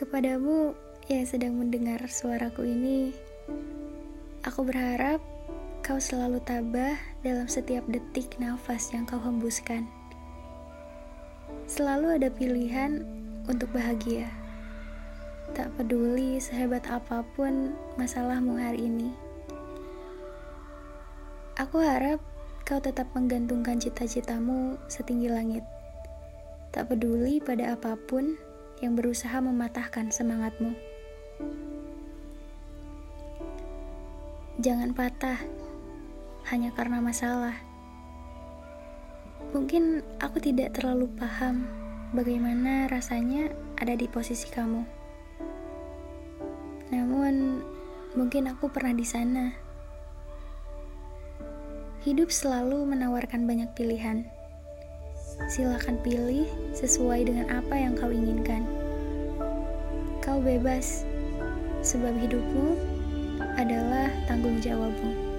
Kepadamu yang sedang mendengar suaraku ini, aku berharap kau selalu tabah dalam setiap detik nafas yang kau hembuskan. Selalu ada pilihan untuk bahagia. Tak peduli sehebat apapun masalahmu hari ini. Aku harap kau tetap menggantungkan cita-citamu setinggi langit. Tak peduli pada apapun yang berusaha mematahkan semangatmu. Jangan patah hanya karena masalah. Mungkin aku tidak terlalu paham bagaimana rasanya ada di posisi kamu. Namun, mungkin aku pernah di sana. Hidup selalu menawarkan banyak pilihan. Silakan pilih sesuai dengan apa yang kau inginkan. Kau bebas, sebab hidupmu adalah tanggung jawabmu.